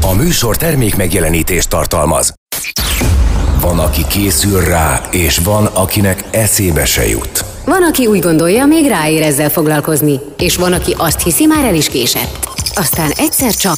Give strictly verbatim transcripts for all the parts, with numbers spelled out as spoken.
A műsor termék megjelenítést tartalmaz. Van, aki készül rá, és van, akinek eszébe se jut. Van, aki úgy gondolja, még ráér ezzel foglalkozni, és van, aki azt hiszi, már el is késett. Aztán egyszer csak...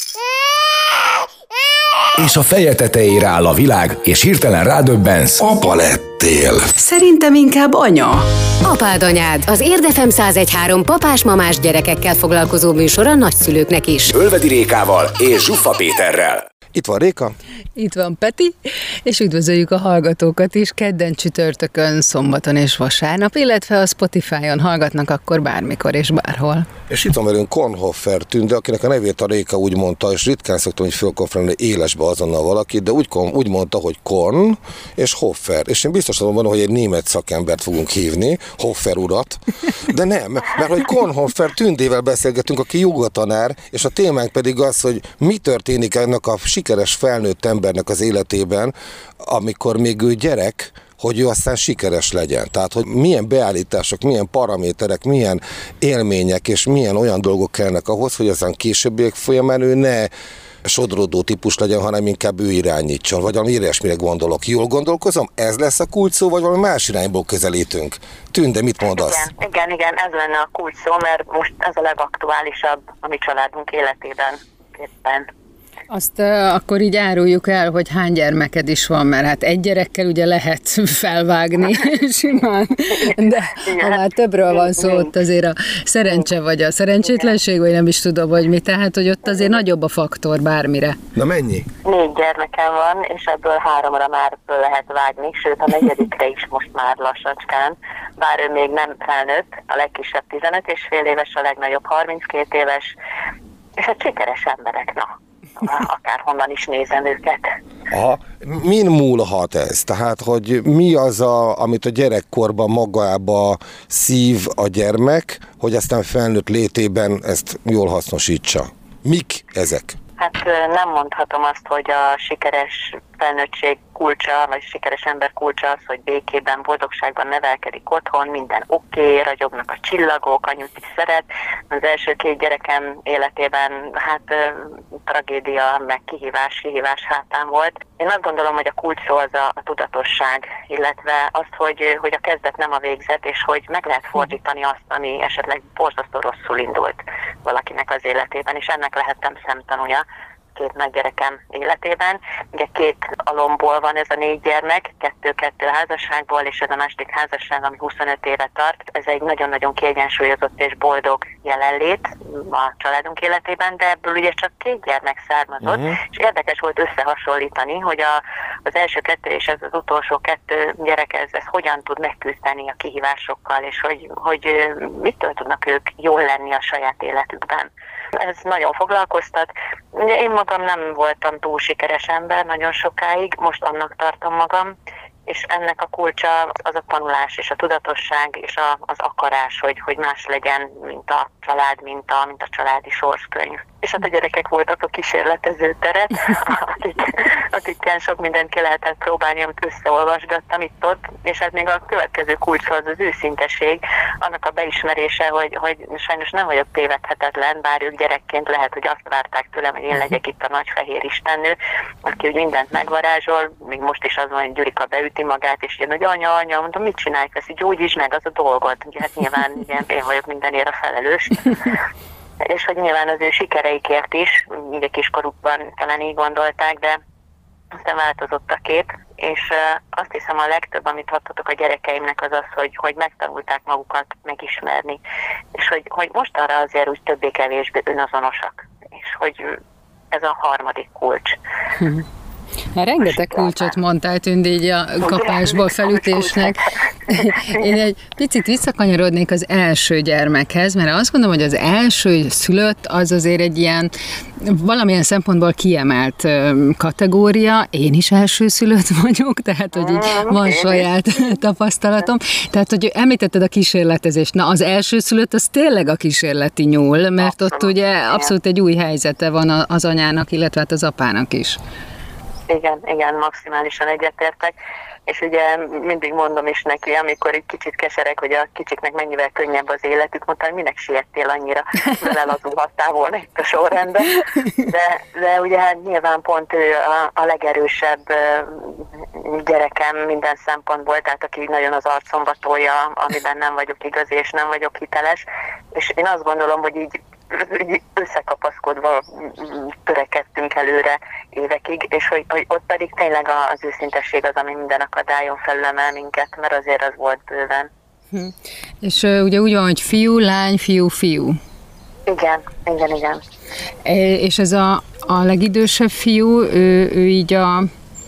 És a feje tetejére áll a világ, és hirtelen rádöbbensz. Apa lettél. Szerintem inkább anya. Apád anyád, az Érd ef em száz egy pont három papás-mamás gyerekekkel foglalkozó műsor a nagyszülőknek is. Ölvedi Rékával és Zsuffa Péterrel. Itt van Réka. Itt van Peti, és üdvözöljük a hallgatókat is kedden, csütörtökön, szombaton és vasárnap, illetve a Spotify-on hallgatnak akkor bármikor és bárhol. És itt van velünk Kornhofer Tünde, akinek a nevét a Réka úgy mondta, és ritkán szoktam így fölkonferálni élesbe azonnal valakit, de úgy, úgy mondta, hogy Korn és Hoffer. És én biztos azon van, hogy egy német szakembert fogunk hívni, Hoffer urat, de nem, mert hogy Kornhofer Tündével beszélgetünk, aki jogatanár, és a témánk pedig az, hogy mi történik ennek a sikeres felnőtt embernek az életében, amikor még ő gyerek, hogy ő aztán sikeres legyen. Tehát, hogy milyen beállítások, milyen paraméterek, milyen élmények és milyen olyan dolgok kellnek ahhoz, hogy aztán későbbiek folyamán ő ne sodródó típus legyen, hanem inkább ő irányítson, vagy valami ilyesmire gondolok. Jól gondolkozom? Ez lesz a kulcs szó, vagy valami más irányból közelítünk? Tünde, mit mondasz? Igen, igen, igen, ez lenne a kulcs szó, mert most ez a legaktuálisabb a mi családunk életében éppen. Azt uh, akkor így áruljuk el, hogy hány gyermeked is van, mert hát egy gyerekkel ugye lehet felvágni simán, de ha már többről van szó, ott azért a szerencse vagy a szerencsétlenség, vagy nem is tudom, hogy mi, tehát, hogy ott azért nagyobb a faktor bármire. Na mennyi? Négy gyermekem van, és ebből háromra már föl lehet vágni, sőt a negyedikre is most már lassacskán, bár ő még nem felnőtt, a legkisebb tizenöt és fél éves, a legnagyobb harminckét éves, és hát sikeres emberek, na. Akárhonnan is nézem őket. Aha. Min múlhat ez? Tehát, hogy mi az, a, amit a gyerekkorban magába szív a gyermek, hogy aztán felnőtt létében ezt jól hasznosítsa? Mik ezek? Hát nem mondhatom azt, hogy a sikeres felnőttség kulcsa, vagy sikeres ember kulcsa az, hogy békében, boldogságban nevelkedik otthon, minden oké, okay, ragyognak a csillagok, anyut is szeret. Az első két gyerekem életében hát tragédia, meg kihívás, kihívás hátán volt. Én azt gondolom, hogy a kulcs szó az a, a tudatosság, illetve az, hogy, hogy a kezdet nem a végzet, és hogy meg lehet fordítani azt, ami esetleg borzasztó rosszul indult valakinek az életében, és ennek lehettem szemtanúja két nagy gyerekem életében. Ugye két alomból van ez a négy gyermek, kettő-kettő házasságból, és ez a második házasság, ami huszonöt éve tart. Ez egy nagyon-nagyon kiegyensúlyozott és boldog jelenlét a családunk életében, de ebből ugye csak két gyermek származott, uh-huh. és érdekes volt összehasonlítani, hogy a, az első kettő és ez az utolsó kettő gyerek ez, ez hogyan tud megküzdeni a kihívásokkal, és hogy, hogy mitől tudnak ők jól lenni a saját életükben. Ez nagyon foglalkoztat. Én magam nem voltam túl sikeres ember nagyon sokáig, most annak tartom magam, és ennek a kulcsa az a tanulás és a tudatosság és a, az akarás, hogy, hogy más legyen, mint a család, mint a, mint a családi sorskönyv. És hát a gyerekek voltak a kísérletező teret, akik, akikkel sok mindent ki lehetett próbálni, amit összeolvasgattam itt-ott, és hát még a következő kulcs az az őszinteség, annak a beismerése, hogy, hogy sajnos nem vagyok tévedhetetlen, bár ők gyerekként lehet, hogy azt várták tőlem, hogy én legyek itt a nagy fehér istennő, aki úgy mindent megvarázsol, még most is az van, hogy Gyurika beüti magát, és jön, hogy anya, anya, mondom, mit csinálj, ezt gyógyítsd meg, az a dolgod. Ugye hát nyilván igen, én vagyok mindenért a felelős. És hogy nyilván az ő sikereikért is, ugye kiskorukban talán így gondolták, de aztán változott a kép, és azt hiszem a legtöbb, amit adhatok a gyerekeimnek az az, hogy, hogy megtanulták magukat megismerni, és hogy, hogy mostanra azért úgy többé-kevésbé önazonosak, és hogy ez a harmadik kulcs. Hát rengeteg kulcsot mondtál, Tündi, így a kapásból felütésnek. Én egy picit visszakanyarodnék az első gyermekhez, mert azt gondolom, hogy az első szülött az azért egy ilyen valamilyen szempontból kiemelt kategória. Én is elsőszülött vagyok, tehát hogy így van saját tapasztalatom. Tehát, hogy említetted a kísérletezést. Na, az elsőszülött az tényleg a kísérleti nyúl, mert ott ugye abszolút egy új helyzete van az anyának, illetve az apának is. Igen, igen, maximálisan egyetértek. és ugye mindig mondom is neki, amikor egy kicsit keserek, hogy a kicsiknek mennyivel könnyebb az életük, mondtam, hogy minek siettél annyira, vele lazulhattál volna itt a sorrendben. De, de ugye hát nyilván pont ő a, a legerősebb gyerekem minden szempontból, tehát aki nagyon az arcomba tolja, amiben nem vagyok igazi és nem vagyok hiteles, és én azt gondolom, hogy így összekapaszkodva törekedtünk előre évekig, és hogy, hogy ott pedig tényleg az őszintesség az, ami minden akadályon felülemel minket, mert azért az volt bőven. Hm. És uh, ugye úgy van, hogy fiú, lány, fiú, fiú. Igen, igen, igen. E, és ez a, a legidősebb fiú, ő, ő így a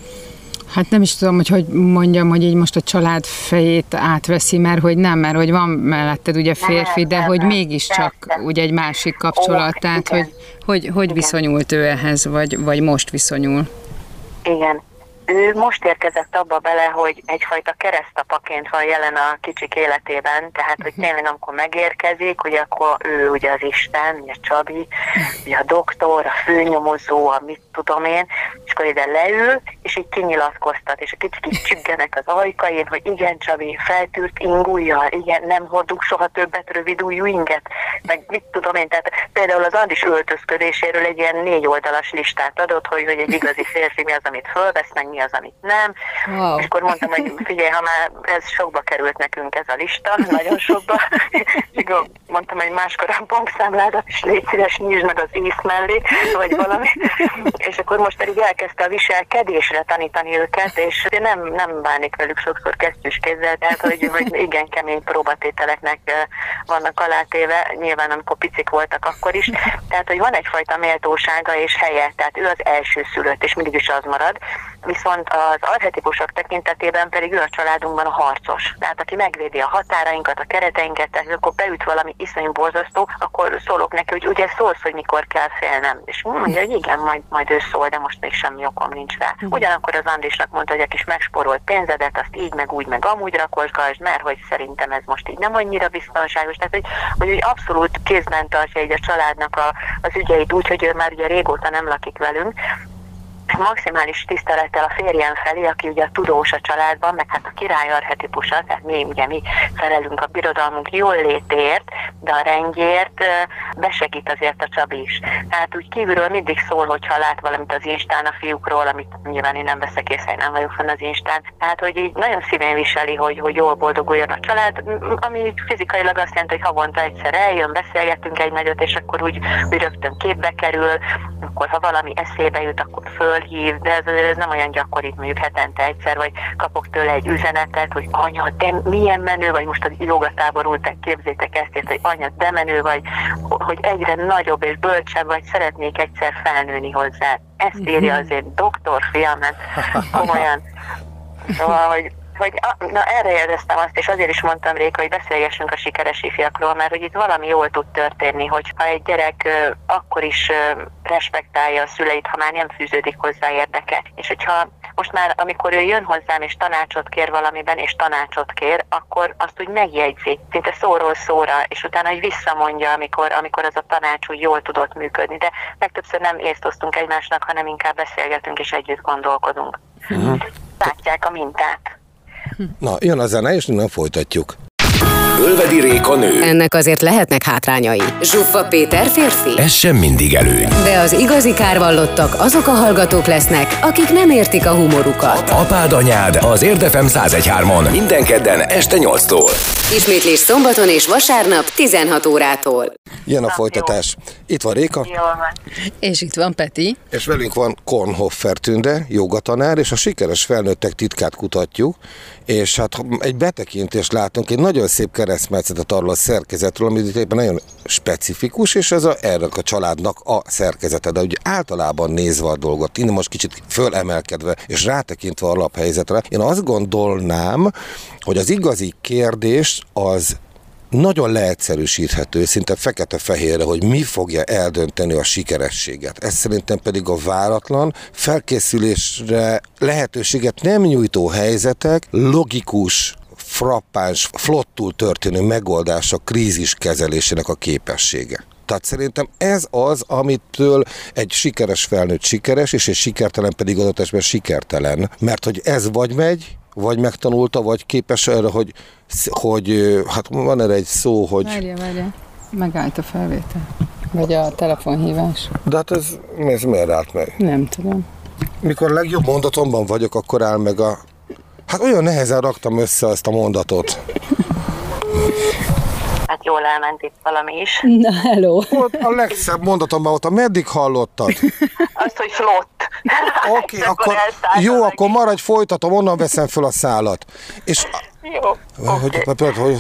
hát nem is tudom, hogy hogy mondjam, hogy így most a család fejét átveszi, mert hogy nem, mert hogy van melletted ugye férfi, de hogy mégiscsak ugye egy másik kapcsolat, tehát hogy, hogy, hogy viszonyult ő ehhez, vagy, vagy most viszonyul? Igen. Ő most érkezett abba bele, hogy egyfajta keresztapaként van jelen a kicsik életében, tehát hogy tényleg amikor megérkezik, ugye akkor ő ugye az Isten, ugye Csabi, ugye a doktor, a főnyomozó, a mit tudom én, és akkor ide leül, és így kinyilatkoztat, és a kicsik így csüggenek az ajkain, hogy igen Csabi, feltűrt ingújjal, igen, nem hordunk soha többet rövidújú inget, meg mit tudom én, tehát például az Andis öltözködéséről egy ilyen négy oldalas listát adott, hogy, hogy egy igazi férfi mi az, amit fölvesz, meg mi az, amit nem. Wow. És akkor mondtam, hogy figyelj, ha már ez sokba került nekünk ez a lista, nagyon sokba, és akkor mondtam, hogy máskor a bankszámládat is légy szíves, nyisd meg az ész mellé, vagy valami. És akkor most pedig elkezdte a viselkedésre tanítani őket, és nem, nem bánik velük sokszor kesztyűs kézzel, tehát hogy, hogy igen kemény próbatételeknek vannak alátéve, nyilván amikor picik voltak akkor is. Tehát, hogy van egyfajta méltósága és helye, tehát ő az első szülött, és mindig is az marad. Viszont az archetipusok tekintetében pedig ő a családunkban a harcos. Tehát aki megvédi a határainkat, a kereteinket, tehát akkor beüt valami iszonyú borzasztó, akkor szólok neki, hogy ugye szólsz, hogy mikor kell félnem. És mondja, hogy igen, majd, majd ő szól, de most még semmi okom nincs rá. Ugyanakkor az Andisnak mondta, hogy a kis megsporolt pénzedet, azt így, meg úgy, meg amúgy rakosgasd, mert hogy szerintem ez most így nem annyira biztonságos. Tehát, hogy, hogy, hogy abszolút kézben tartja így a családnak a, az ügyeit úgy, hogy ő már ugye régóta nem lakik velünk, maximális tisztelettel a férjem felé, aki ugye a tudós a családban, meg hát a király archetipusa, tehát mi ugye mi felelünk a birodalmunk jól létért, de a rendjért besegít azért a Csabi is. Tehát úgy kívülről mindig szól, hogyha lát valamit az Instán a fiúkról, amit nyilván én nem veszek észre, nem vagyok fenn az Instán. Tehát, hogy így nagyon szívén viseli, hogy, hogy jól boldoguljon a család, ami fizikailag azt jelenti, hogy havonta egyszer eljön, beszélgetünk egy nagyot, és akkor úgy, úgy rögtön képbe kerül, akkor ha valami eszébe jut, akkor fölhív, de ez, ez nem olyan gyakori, mondjuk hetente egyszer, vagy kapok tőle egy üzenetet, hogy anya, de milyen menő vagy, most az jogatáborultak, képzétek ezt, hogy anya, de menő vagy, hogy egyre nagyobb és bölcsebb vagy, szeretnék egyszer felnőni hozzá. Ezt írja azért doktor fiam, mert komolyan. Szóval, hogy hogy na, erre éreztem azt, és azért is mondtam Réka, hogy beszélgessünk a sikeres ifjakról, mert hogy itt valami jól tud történni, hogyha egy gyerek uh, akkor is uh, respektálja a szüleit, ha már nem fűződik hozzá érdeke. És hogyha most már, amikor ő jön hozzám és tanácsot kér valamiben, és tanácsot kér, akkor azt úgy megjegyzi, szinte szóról szóra, és utána hogy visszamondja, amikor, amikor az a tanács úgy jól tudott működni. De legtöbbször nem észt osztunk egymásnak, hanem inkább beszélgetünk és együtt gondolkodunk. Uh-huh. Látják a mintát. Na, jön a zene, és nem folytatjuk. Ölvedi Réka nő. Ennek azért lehetnek hátrányai. Zsuffa Péter férfi. Ez sem mindig előny. De az igazi kárvallottak azok a hallgatók lesznek, akik nem értik a humorukat. Apád, anyád az Érd ef em száz egy hármon minden kedden este nyolctól. Ismétlés szombaton és vasárnap tizenhat órától. Jön a folytatás. Itt van Réka. És itt van Peti. És velünk van Kornhofer Tünde, jogatanár, és a sikeres felnőttek titkát kutatjuk, és hát egy betekintést látunk, egy nagyon szép keresztmetszetet arról a szerkezetről, ami éppen nagyon specifikus, és ez a, erre a családnak a szerkezete, de ugye általában nézve a dolgot, innen most kicsit fölemelkedve, és rátekintve a alaphelyzetre, én azt gondolnám, hogy az igazi kérdés az nagyon leegyszerűsíthető, szinte fekete-fehérre, hogy mi fogja eldönteni a sikerességet. Ez szerintem pedig a váratlan, felkészülésre lehetőséget nem nyújtó helyzetek, logikus, frappáns, flottul történő megoldása, krízis kezelésének a képessége. Tehát szerintem ez az, amitől egy sikeres felnőtt sikeres, és egy sikertelen pedig adott esetben sikertelen. Mert hogy ez vagy megy, vagy megtanulta, vagy képes erre, hogy, hogy hát van erre egy szó, hogy... Várja, várja, megállt a felvétel. Vagy a telefonhívás. De hát ez, ez miért állt meg? Nem tudom. Mikor a legjobb mondatomban vagyok, akkor áll meg a... Hát olyan nehezen raktam össze ezt a mondatot. Hát jól elment itt valami is. Na, hello. Ott a legszebb mondatomban volt, a meddig hallottad? Azt, hogy flott. Oké, okay, akkor jó, akkor maradj, folytatom, onnan veszem föl a szálat. És... Jó, hogy, hogy, hogy,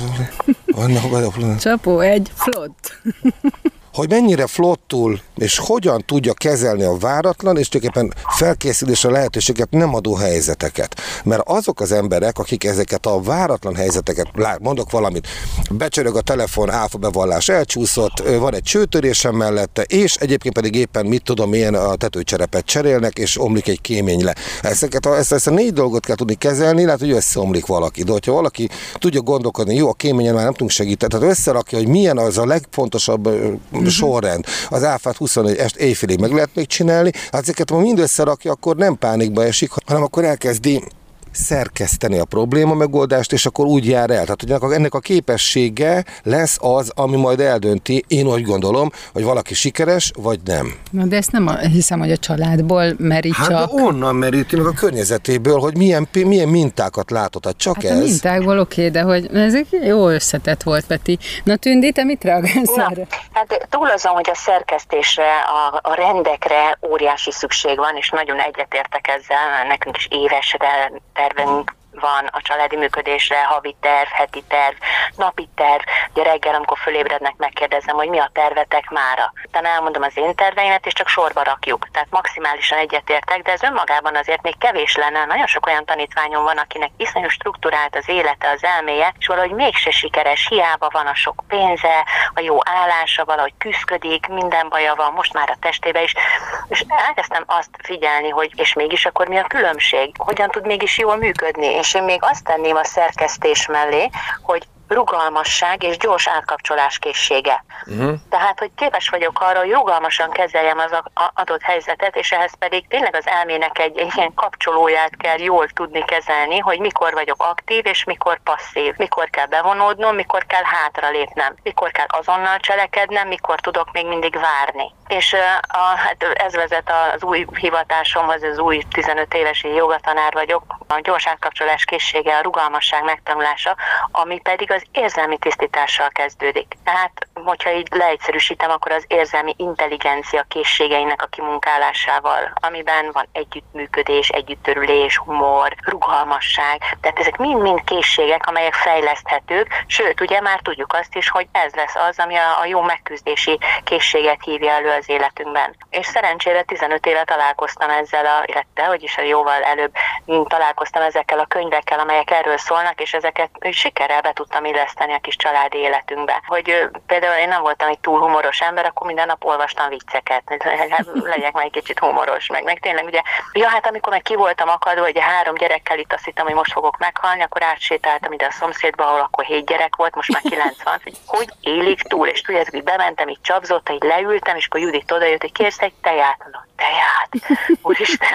hogy, Csapó egy flott. hogy mennyire flottul és hogyan tudja kezelni a váratlan és tulajdonképpen felkészülésre lehetőséget nem adó helyzeteket. Mert azok az emberek, akik ezeket a váratlan helyzeteket, mondok valamit, becsörög a telefon, áfa bevallás elcsúszott, van egy csőtörésem mellette, és egyébként pedig éppen mit tudom, milyen a tetőcserepet cserélnek, és omlik egy kémény le. Ezeket a, ezt, ezt a négy dolgot kell tudni kezelni, lehet, hogy összeomlik valaki. De hogyha valaki tudja gondolkodni, jó, a kéményen már nem tudunk segíteni, tehát összerakja, hogy milyen az a legfontosabb uh-huh. sorrend. Az áfát huszonegy est éjfélig meg lehet még csinálni, hát ezeket ha mind összerakja, akkor nem pánikba esik, hanem akkor elkezdi szerkeszteni a probléma megoldást, és akkor úgy jár el. Tehát hogy ennek a képessége lesz az, ami majd eldönti, én úgy gondolom, hogy valaki sikeres, vagy nem. Na, de ezt nem a, hiszem, hogy a családból meri hát csak. Hát onnan meríti, meg a környezetéből, hogy milyen, milyen mintákat látott, hát csak hát ez. A mintákból oké, de hogy ez jó összetett volt, Peti. Na, Tündi, te mit reagálsz erre? Hát túl azon, hogy a szerkesztésre, a, a rendekre óriási szükség van, és nagyon egyetértek ezzel, mert nekünk is éves tervünk van a családi működésre, havi terv, heti terv, napi terv. Ugye reggel, amikor fölébrednek, megkérdezem, hogy mi a tervetek mára. Utána elmondom az én terveimet, és csak sorba rakjuk. Tehát maximálisan egyetértek, de ez önmagában azért még kevés lenne. Nagyon sok olyan tanítványom van, akinek iszonyú struktúrált az élete, az elméje, és valahogy mégse sikeres, hiába van a sok pénze, a jó állása, valahogy küszködik, minden baja van, most már a testébe is. És elkezdtem azt figyelni, hogy és mégis akkor mi a különbség? Hogyan tud mégis jól működni? És én még azt tenném a szerkesztés mellé, hogy rugalmasság és gyors átkapcsolás készsége. Uh-huh. Tehát, hogy képes vagyok arra, hogy rugalmasan kezeljem az adott helyzetet, és ehhez pedig tényleg az elmének egy, egy ilyen kapcsolóját kell jól tudni kezelni, hogy mikor vagyok aktív, és mikor passzív. Mikor kell bevonódnom, mikor kell hátralépnem, mikor kell azonnal cselekednem, mikor tudok még mindig várni. És a, hát ez vezet az új hivatásomhoz, az új tizenöt éves jogatanár vagyok, a gyors átkapcsolás készsége, a rugalmasság megtanulása, ami pedig az érzelmi tisztítással kezdődik. Tehát, hogyha így leegyszerűsítem, akkor az érzelmi intelligencia készségeinek a kimunkálásával, amiben van együttműködés, együttörülés, humor, rugalmasság. Tehát ezek mind-mind készségek, amelyek fejleszthetők, sőt, ugye már tudjuk azt is, hogy ez lesz az, ami a, a jó megküzdési készséget hívja elő az életünkben. És szerencsére tizenöt éve találkoztam ezzel a illetve, vagyis jóval előbb találkoztam ezekkel a könyvekkel, amelyek erről szólnak, és ezeket sikerrel be tudtam illeszteni a kis családi életünkbe. Hogy például én nem voltam egy túl humoros ember, akkor minden nap olvastam vicceket, legyek már egy kicsit humoros, meg, meg tényleg ugye, ja hát amikor meg ki voltam akadva, hogy a három gyerekkel itt azt hittem, hogy most fogok meghalni, akkor átsétáltam ide a szomszédba, ahol akkor hét gyerek volt, most már kilenc van, hogy hogy élik túl, és tudjátok, hogy bementem, így csapzott, így leültem, és akkor Judit odajött, hogy kérsz egy teját? Mondom, teját? Úristen,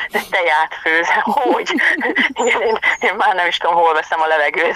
teját főz, hogy? Igen, én, én már nem is tudom, hol veszem a levegőt.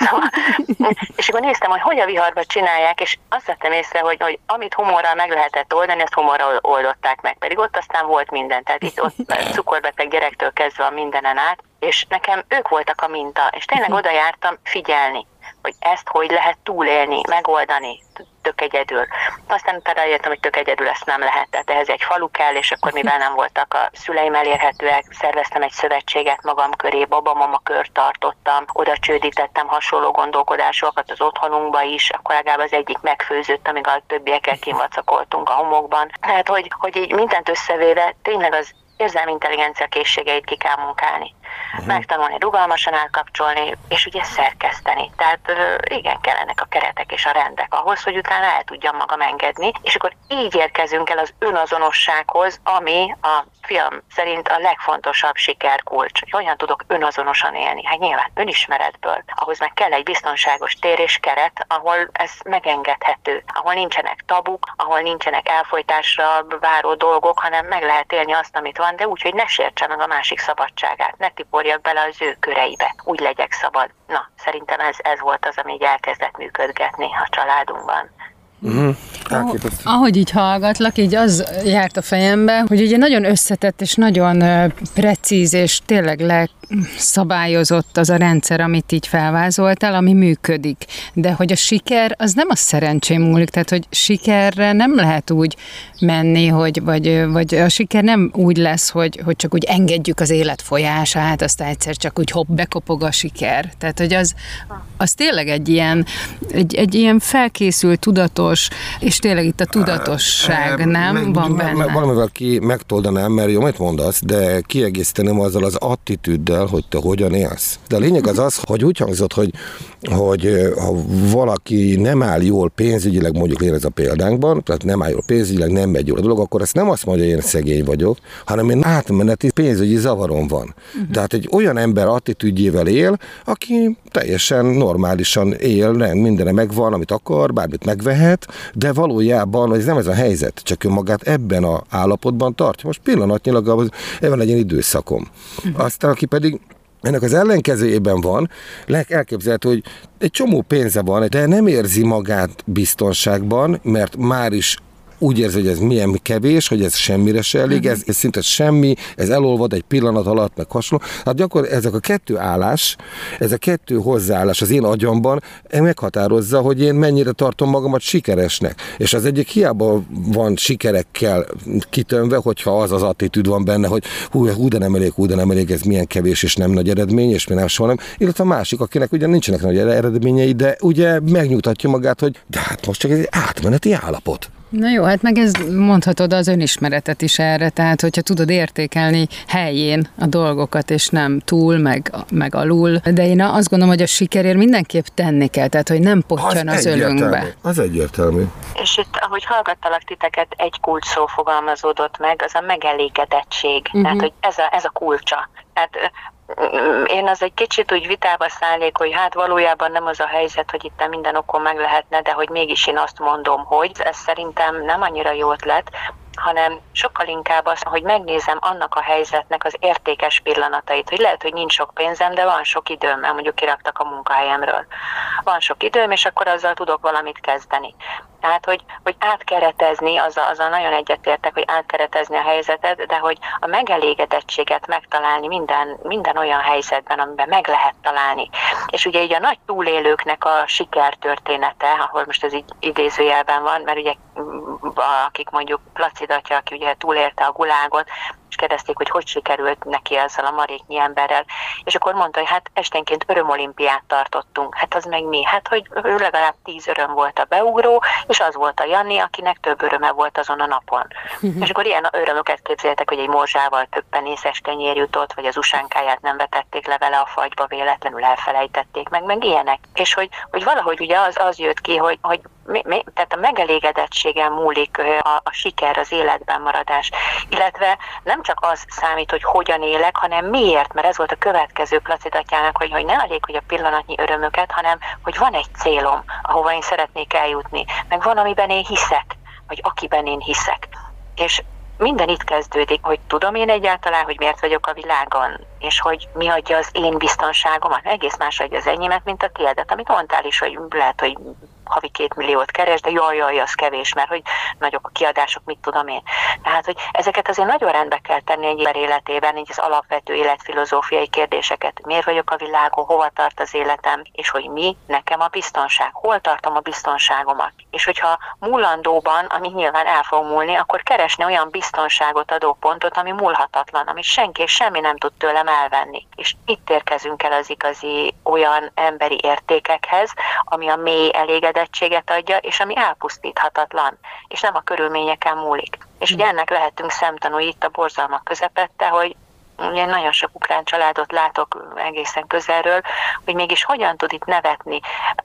És akkor néztem, hogy hogy a viharba csinálják, és azt vettem észre, hogy, hogy amit humorral meg lehetett oldani, azt humorral oldották meg. Pedig ott aztán volt minden, tehát itt ott cukorbeteg gyerektől kezdve a mindenen át, és nekem ők voltak a minta, és tényleg oda jártam figyelni, hogy ezt hogy lehet túlélni, megoldani, tök egyedül. Aztán utána eljöttem, hogy tök egyedül ezt nem lehet, tehát ehhez egy falu kell, és akkor mivel nem voltak a szüleim elérhetőek, szerveztem egy szövetséget magam köré, babamama kört tartottam, oda csődítettem hasonló gondolkodásokat az otthonunkba is, akkor legalább az egyik megfőzött, amíg a többiekkel kinvacakoltunk a homokban. Tehát, hogy, hogy így mindent összevéve tényleg az érzelmi intelligencia készségeit ki kell munkálni. Uh-huh. Megtanulni rugalmasan átkapcsolni, és ugye szerkeszteni. Tehát igen, kellenek a keretek és a rendek ahhoz, hogy utána el tudjam magam engedni, és akkor így érkezünk el az önazonossághoz, ami a film szerint a legfontosabb sikerkulcs, hogy hogyan tudok önazonosan élni. Hát nyilván önismeretből. Ahhoz meg kell egy biztonságos tér és keret, ahol ez megengedhető, ahol nincsenek tabuk, ahol nincsenek elfojtásra váró dolgok, hanem meg lehet élni azt, amit van, de úgy, hogy ne sértse meg a másik szabadságát, ne tipolja szórjak bele az ő köreibe, úgy legyek szabad. Na, szerintem ez, ez volt az, ami így elkezdett működgetni a családunkban. Uh-huh. Ahogy így hallgatlak, így az járt a fejembe, hogy ugye nagyon összetett és nagyon precíz és tényleg leszabályozott az a rendszer, amit így felvázoltál, ami működik. De hogy a siker, az nem a szerencsém múlik, tehát hogy sikerre nem lehet úgy menni, hogy, vagy, vagy a siker nem úgy lesz, hogy, hogy csak úgy engedjük az élet folyását, aztán egyszer csak úgy hopp, bekopog a siker. Tehát, hogy az, az tényleg egy ilyen, egy, egy ilyen felkészült, tudatos, és tényleg itt a tudatosság, e, nem? Meg, van benne. Me, valamivel ki megtoldanám, mert jó, mit mondasz, de kiegészíteném azzal az attitűddel, hogy te hogyan élsz. De a lényeg az az, hogy úgy hangzott, hogy, hogy ha valaki nem áll jól pénzügyileg, mondjuk én ez a példánkban, tehát nem áll jól pénzügyileg, nem megy jól a dolog, akkor ezt nem azt mondja, hogy én szegény vagyok, hanem én átmeneti pénzügyi zavarom van. Uh-huh. Tehát egy olyan ember attitűdjével él, aki teljesen normálisan él, nem, mindenre megvan, amit akar, bármit megvehet, de valójában ez nem ez a helyzet, csak ő magát ebben az állapotban tartja. Most pillanatnyilag ebben legyen időszakom. Uh-huh. Aztán, aki pedig ennek az ellenkezőjében van, elképzelhető, hogy egy csomó pénze van, de nem érzi magát biztonságban, mert már is úgy érzi, hogy ez milyen kevés, hogy ez semmire se elég, ez, ez szinte semmi, ez elolvad egy pillanat alatt, meg hasonló. Hát gyakorlatilag ezek a kettő állás, ez a kettő hozzáállás az én agyamban meghatározza, hogy én mennyire tartom magamat sikeresnek. És az egyik hiába van sikerekkel kitömve, hogyha az az attitűd van benne, hogy hú, hú, de nem elég, hú, de nem elég, ez milyen kevés és nem nagy eredmény, és mi nem soha nem. Illetve a másik, akinek ugye nincsenek nagy eredményei, de ugye megnyugtatja magát, hogy de hát most csak egy átmeneti állapot. Na jó, hát meg ez mondhatod az önismeretet is erre, tehát hogyha tudod értékelni helyén a dolgokat, és nem túl, meg, meg alul. De én azt gondolom, hogy a sikerért mindenképp tenni kell, tehát hogy nem pottyan az, az ölünkbe. Az egyértelmű. És itt, ahogy hallgattalak titeket, egy kulcs szó fogalmazódott meg, az a megelégedettség. Uh-huh. Tehát, hogy ez a, ez a kulcsa. Tehát én az egy kicsit úgy vitába szállnék, hogy hát valójában nem az a helyzet, hogy itt minden okon meg lehetne, de hogy mégis én azt mondom, hogy ez szerintem nem annyira jó ötlet, hanem sokkal inkább az, hogy megnézem annak a helyzetnek az értékes pillanatait, hogy lehet, hogy nincs sok pénzem, de van sok időm, mert mondjuk kiraktak a munkahelyemről. Van sok időm, és akkor azzal tudok valamit kezdeni. Tehát, hogy, hogy átkeretezni, azzal, azzal nagyon egyetértek, hogy átkeretezni a helyzetet, de hogy a megelégedettséget megtalálni minden, minden olyan helyzetben, amiben meg lehet találni. És ugye így a nagy túlélőknek a sikertörténete, ahol most ez így idézőjelben van, mert ugye akik mondjuk Placid atya, aki ugye túlélte a gulágot, és kérdezték, hogy hogy sikerült neki ezzel a maréknyi emberrel. És akkor mondta, hogy hát esténként örömolimpiát tartottunk. Hát az meg mi? Hát, hogy legalább tíz öröm volt a beugró, és az volt a Janni, akinek több öröme volt azon a napon. És akkor ilyen örömöket képzeltek, hogy egy morzsával több penészes kenyér jutott, vagy az usánkáját nem vetették le vele a fagyba, véletlenül elfelejtették meg, meg ilyenek. És hogy, hogy valahogy ugye az, az jött ki, hogy, hogy mi, mi, tehát a megelégedettségen múlik a, a siker, az életben maradás. Illetve nem csak az számít, hogy hogyan élek, hanem miért, mert ez volt a következő Placid atyának, hogy, hogy nem elég, hogy a pillanatnyi örömöket, hanem hogy van egy célom, ahova én szeretnék eljutni, meg van, amiben én hiszek, vagy akiben én hiszek. És minden itt kezdődik, hogy tudom én egyáltalán, hogy miért vagyok a világon, és hogy mi adja az én biztonságomat. Egész más adja az enyémet, mint a tiédet, amit mondtál is, hogy lehet, hogy havi két milliót keres, de jaj, jaj, az kevés, mert hogy nagyok a kiadások, mit tudom én. Tehát, hogy ezeket azért nagyon rendbe kell tenni egy ember életében, így az alapvető életfilozófiai kérdéseket. Miért vagyok a világon, hova tart az életem, és hogy mi nekem a biztonság, hol tartom a biztonságomat. És hogyha múlandóban, ami nyilván el fog múlni, akkor keresni olyan biztonságot adó pontot, ami múlhatatlan, amit senki és semmi nem tud tőlem elvenni. És itt érkezünk el az igazi olyan emberi értékekhez, ami a mély elégedettséget adja, és ami elpusztíthatatlan, és nem a körülményeken múlik. És ugye ennek lehetünk szemtanúi itt a borzalmak közepette, hogy ugye nagyon sok ukrán családot látok egészen közelről, hogy mégis hogyan tud itt nevetni,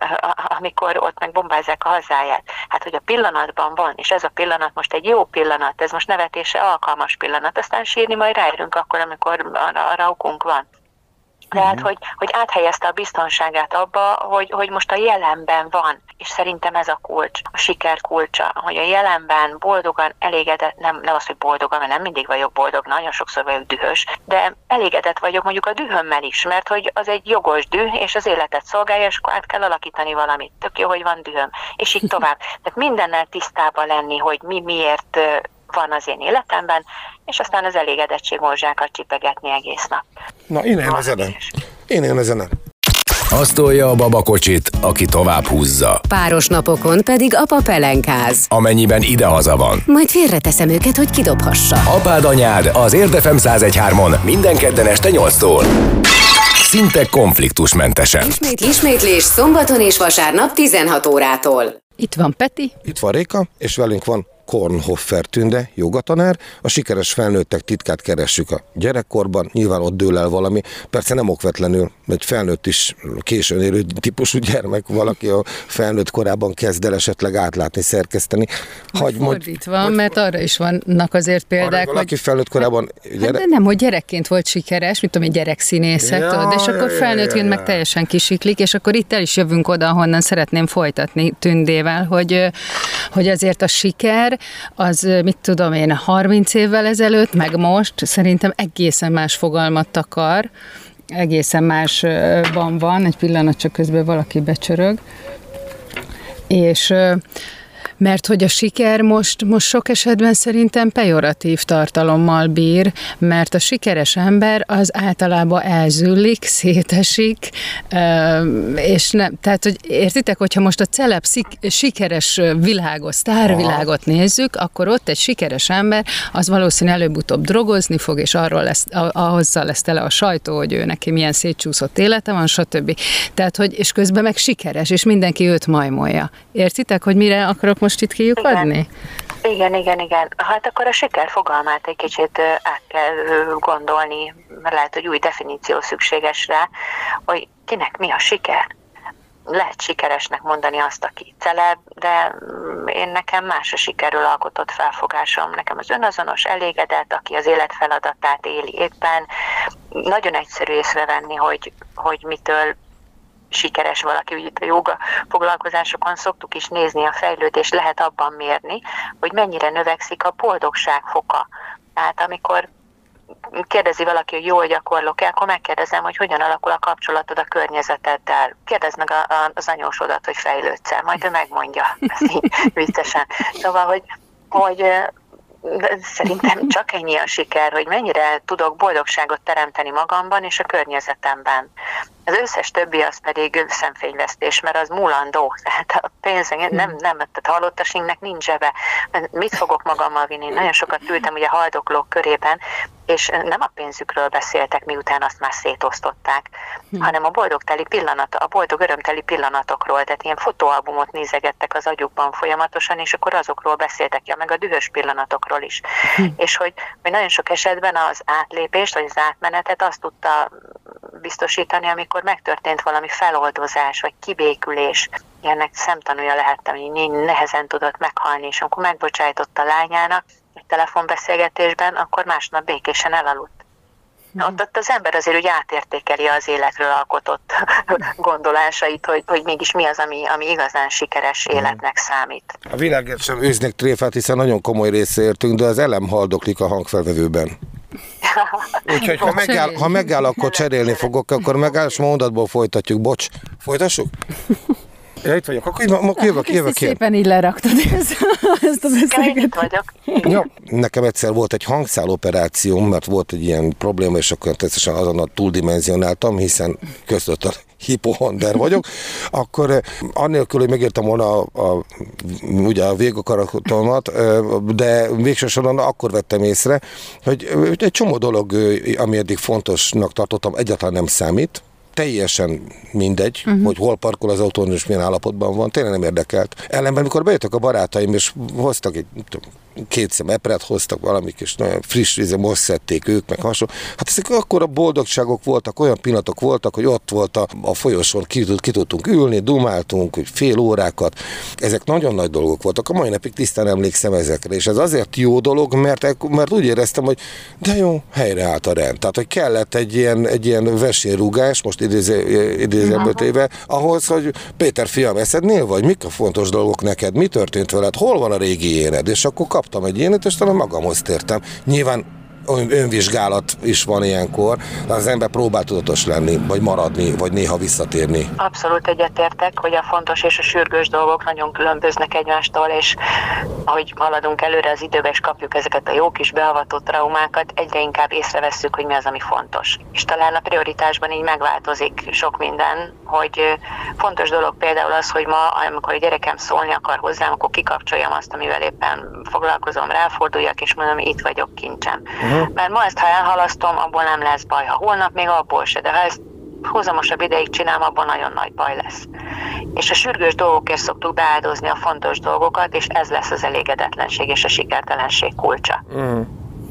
amikor ott meg bombázzák a hazáját. Hát, hogy a pillanatban van, és ez a pillanat most egy jó pillanat, ez most nevetésre alkalmas pillanat, aztán sírni majd ráérünk akkor, amikor arra, arra okunk van. Tehát, hogy, hogy áthelyezte a biztonságát abba, hogy, hogy most a jelenben van, és szerintem ez a kulcs, a siker kulcsa, hogy a jelenben boldogan, elégedett, nem, nem az, hogy boldogan, mert nem mindig vagyok boldog, nagyon sokszor vagyok dühös, de elégedett vagyok mondjuk a dühömmel is, mert hogy az egy jogos düh, és az életet szolgálja, és akkor át kell alakítani valamit. Tök jó, hogy van dühöm, és így tovább. Tehát mindennel tisztában lenni, hogy mi miért van az én életemben, és aztán az elégedettség morzsákat csipegetni egész nap. Na, innen a zene. Innen a zene. Azt tolja a babakocsit, aki tovább húzza. Páros napokon pedig apa pelenkáz. Amennyiben idehaza van. Majd félreteszem őket, hogy kidobhassa. Apád anyád az Érdefem száz egy hármon minden kedden este nyolctól. Szinte konfliktusmentesen. Ismét, ismétlés szombaton és vasárnap tizenhat órától. Itt van Peti. Itt van Réka, és velünk van Kornhofer Tünde, jogatanár. A sikeres felnőttek titkát keressük a gyerekkorban, nyilván ott dől el valami, persze nem okvetlenül, egy felnőtt is későn érő típusú gyermek, valaki a felnőtt korában kezd el esetleg átlátni, szerkeszteni. Hagy fordítva, hogy, mert arra is vannak azért példák, arra, valaki hogy... felnőtt korában... Gyere... Hát de nem, hogy gyerekként volt sikeres, mint tudom, egy gyerekszínészek, ja, tudod, és akkor felnőttként ja, meg teljesen kisiklik, és akkor itt el is jövünk oda, ahonnan szeretném folytatni Tündével, hogy, hogy azért a siker az, mit tudom én, harminc évvel ezelőtt, meg most szerintem egészen más fogalmat takar, egészen másban van, egy pillanat csak közben valaki becsörög, és mert hogy a siker most, most sok esetben szerintem pejoratív tartalommal bír, mert a sikeres ember az általában elzüllik, szétesik, és nem, tehát, hogy értitek, hogyha most a celeb sikeres világot, sztárvilágot nézzük, akkor ott egy sikeres ember, az valószínűleg előbb-utóbb drogozni fog, és arról lesz, azzal lesz tele a sajtó, hogy ő neki milyen szétcsúszott élete van, stb. Tehát, hogy, és közben meg sikeres, és mindenki őt majmolja. Értitek, hogy mire akarok most itt kiukadni? Igen, igen, igen. Hát akkor a siker fogalmát egy kicsit át kell gondolni, mert lehet, hogy új definíció szükséges rá, hogy kinek mi a siker. Lehet sikeresnek mondani azt, aki celeb, de én nekem más a sikerről alkotott felfogásom. Nekem az önazonos, elégedett, aki az életfeladatát éli éppen. Nagyon egyszerű észrevenni, hogy, hogy mitől sikeres valaki, úgy itt a jóga foglalkozásokon szoktuk is nézni a fejlődést, lehet abban mérni, hogy mennyire növekszik a boldogság foka. Tehát amikor kérdezi valaki, hogy jól gyakorlok-e, akkor megkérdezem, hogy hogyan alakul a kapcsolatod a környezeteddel. Kérdezd meg a, a, az anyósodat, hogy fejlődsz-e, majd ő megmondja, ezt így viccesen. Szóval, hogy, hogy szerintem csak ennyi a siker, hogy mennyire tudok boldogságot teremteni magamban és a környezetemben. Az összes többi az pedig szemfényvesztés, mert az múlandó. Tehát a pénz nem, nem, tehát halottasinknek nincs zsebe. Mit fogok magammal vinni? Nagyon sokat ültem ugye haldoklók körében, és nem a pénzükről beszéltek, miután azt már szétosztották, hmm. hanem a boldogteli pillanat, a boldog örömteli pillanatokról, tehát ilyen fotóalbumot nézegettek az agyukban folyamatosan, és akkor azokról beszéltek, ja, meg a dühös pillanatokról is. Hmm. És hogy, hogy nagyon sok esetben az átlépést, vagy az átmenetet azt tudta biztosítani, amikor megtörtént valami feloldozás, vagy kibékülés. Ilyennek szemtanúja lehettem, hogy nehezen tudott meghalni, és amikor megbocsájtott a lányának egy telefonbeszélgetésben, akkor másnap békésen elaludt. Hmm. Ott, ott az ember azért úgy átértékeli az életről alkotott gondolásait, hogy, hogy mégis mi az, ami, ami igazán sikeres életnek számít. A világért sem őznek tréfát, hiszen nagyon komoly része értünk, de az elem haldoklik a hangfelvevőben. Úgyhogy ha megáll, ha megáll, akkor cserélni fogok, akkor megáll, és mondatból folytatjuk. Bocs, folytassuk? Ja, itt vagyok, akkor jövök, jövök, jövök. Szépen így leraktad ezt, ezt a beszélgetést. vagyok. Ja, nekem egyszer volt egy hangszáloperációm, mert volt egy ilyen probléma, és akkor természetesen azonnal túldimenzionáltam, hiszen között a hipohonder vagyok, akkor annélkül, hogy megértem volna a, a, ugye a végakaratomat, de végső soron akkor vettem észre, hogy egy csomó dolog, ami eddig fontosnak tartottam, egyáltalán nem számít, teljesen mindegy, uh-huh. hogy hol parkol az autón és milyen állapotban van, tényleg nem érdekelt. Ellenben, mikor bejöttek a barátaim, és hoztak egy két szem epret hoztak, valamik, és nagyon friss vízre most szedték ők, meg hasonló. Hát ezek akkora boldogságok voltak, olyan pillanatok voltak, hogy ott volt a, a folyosón, ki, ki tudtunk ülni, dumáltunk, hogy fél órákat. Ezek nagyon nagy dolgok voltak. A mai napig tisztán emlékszem ezekre, és ez azért jó dolog, mert, mert úgy éreztem, hogy de jó, helyreállt a rend. Tehát, hogy kellett egy ilyen, egy ilyen vesérrúgás, most idézőből téve, ahhoz, hogy Péter, fiam, eszednél vagy? Mik a fontos dolgok neked? Mi történt veled? Hol van a régi éned? És akkor kaptam egy énet, és talán magamhoz tértem. Nyilván önvizsgálat is van ilyenkor, az ember próbál tudatos lenni, vagy maradni, vagy néha visszatérni. Abszolút egyetértek, hogy a fontos és a sürgős dolgok nagyon különböznek egymástól, és ahogy haladunk előre az időbe, és kapjuk ezeket a jó kis beavatott traumákat, egyre inkább észrevesszük, hogy mi az, ami fontos. És talán a prioritásban így megváltozik sok minden, hogy fontos dolog például az, hogy ma, amikor a gyerekem szólni akar hozzám, akkor kikapcsoljam azt, amivel éppen foglalkozom, ráforduljak, és mondom, itt vagyok, kincsem. Uh-huh. Mert ma ezt, ha elhalasztom, abból nem lesz baj. Ha holnap, még abból se, de ha ezt húzamosabb ideig csinálom, abban nagyon nagy baj lesz. És a sürgős dolgokért szoktuk beáldozni a fontos dolgokat, és ez lesz az elégedetlenség és a sikertelenség kulcsa. Mm.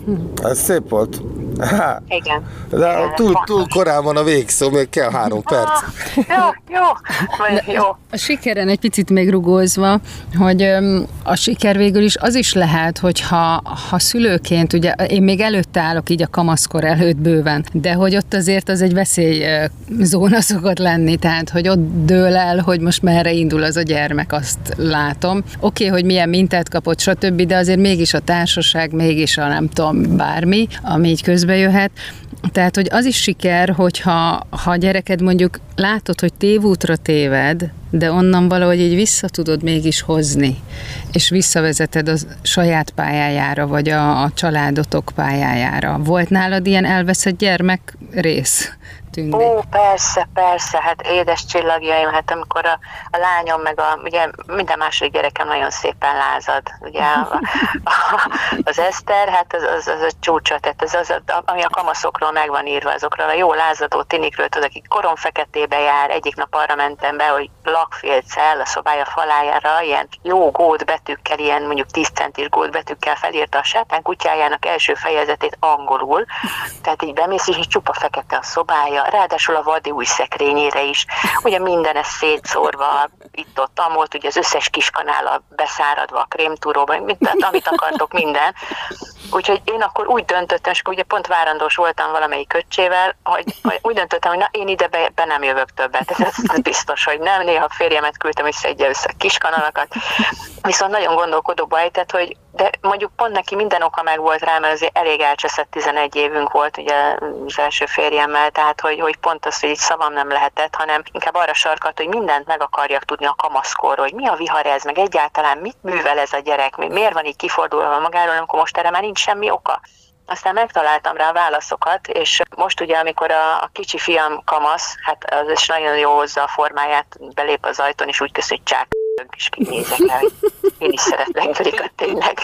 Ez szép volt. Há. Igen. De igen, túl, túl korán van a végszó, még kell három perc. Ah, jó, jó, jó. A sikeren egy picit még rugózva, hogy a siker végül is az is lehet, hogyha ha szülőként, ugye én még előtte állok így a kamaszkor előtt bőven, de hogy ott azért az egy veszélyzóna szokott lenni, tehát hogy ott dől el, hogy most merre indul az a gyermek, azt látom. Oké, okay, hogy milyen mintát kapott, stb., de azért mégis a társaság, mégis a nem tudom, bármi, ami így közben jöhet. Tehát, hogy az is siker, hogyha ha a gyereked mondjuk látod, hogy tévútra téved, de onnan valahogy így vissza tudod mégis hozni, és visszavezeted a saját pályájára, vagy a, a családotok pályájára. Volt nálad ilyen elveszett gyermek rész? Tündi? Ó, persze, persze, hát édes csillagjaim, hát amikor a, a lányom, meg a, ugye minden második gyerekem nagyon szépen lázad, ugye a, a, az Eszter, hát az, az, az a csúcsa, tehát az, az, ami a kamaszokról meg van írva, azokról a jó lázadó tinikről, tudod, akik korom feketébe jár, egyik nap arra mentem be, hogy lakfélccel a szobája falájára, ilyen jó gót betűkkel, ilyen mondjuk tíz centis gót betűkkel felírta a sátán kutyájának első fejezetét angolul, tehát így bemész, és csupa fekete a szobája, ráadásul a vadi új szekrényére is, ugye minden ez szétszórva, itt-ott, amott, ugye az összes kiskanállal beszáradva a krémtúróban, mindent, amit akartok, minden. Úgyhogy én akkor úgy döntöttem, és akkor ugye pont várandós voltam valamelyik öccsével, hogy, hogy úgy döntöttem, hogy na, én ide be, be nem jövök többet. Ez, ez biztos, hogy nem. Néha férjemet küldtem, hogy szedje össze a kiskanalakat. Viszont nagyon gondolkodóba ejtett, hogy de mondjuk pont neki minden oka meg volt rá, mert azért elég elcseszett tizenegy évünk volt ugye az első férjemmel, tehát hogy, hogy pont az, hogy így szavam nem lehetett, hanem inkább arra sarkalt, hogy mindent meg akarjak tudni a kamaszkorról, hogy mi a vihar ez, meg egyáltalán mit művel ez a gyerek, miért van így kifordulva magáról, amikor most erre már nincs semmi oka. Aztán megtaláltam rá a válaszokat, és most ugye, amikor a, a kicsi fiam kamasz, hát az is nagyon jó hozza a formáját, belép az ajtón, és úgy köszön, hogy csák, és kinézek rá, hogy én is szeretlek, Gyurikat, tényleg.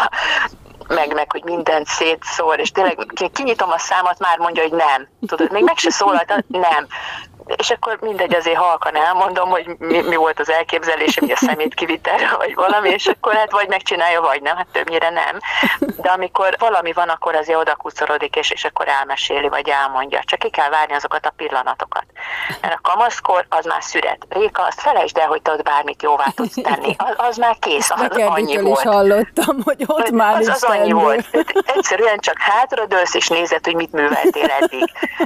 Meg, meg, hogy mindent szétszór, és tényleg kinyitom a számat, már mondja, hogy nem. Tudod, még meg se szólalt, nem. És akkor mindegy, azért halkan elmondom, hogy mi, mi volt az elképzelésem, hogy a szemét kivitelre, vagy valami, és akkor hát vagy megcsinálja, vagy nem, hát többnyire nem. De amikor valami van, akkor azért oda kucorodik, és, és akkor elmeséli, vagy elmondja. Csak ki kell várni azokat a pillanatokat. Mert a kamaszkor az már szüret. Réka, azt felejtsd el, hogy te ott bármit jóvá tudsz tenni. Az, az már kész, az, az annyi volt. Is hallottam, hogy ott az, már az, az annyi volt. Egyszerűen csak hátradőlsz, és nézed, hogy mit műveltél eddig.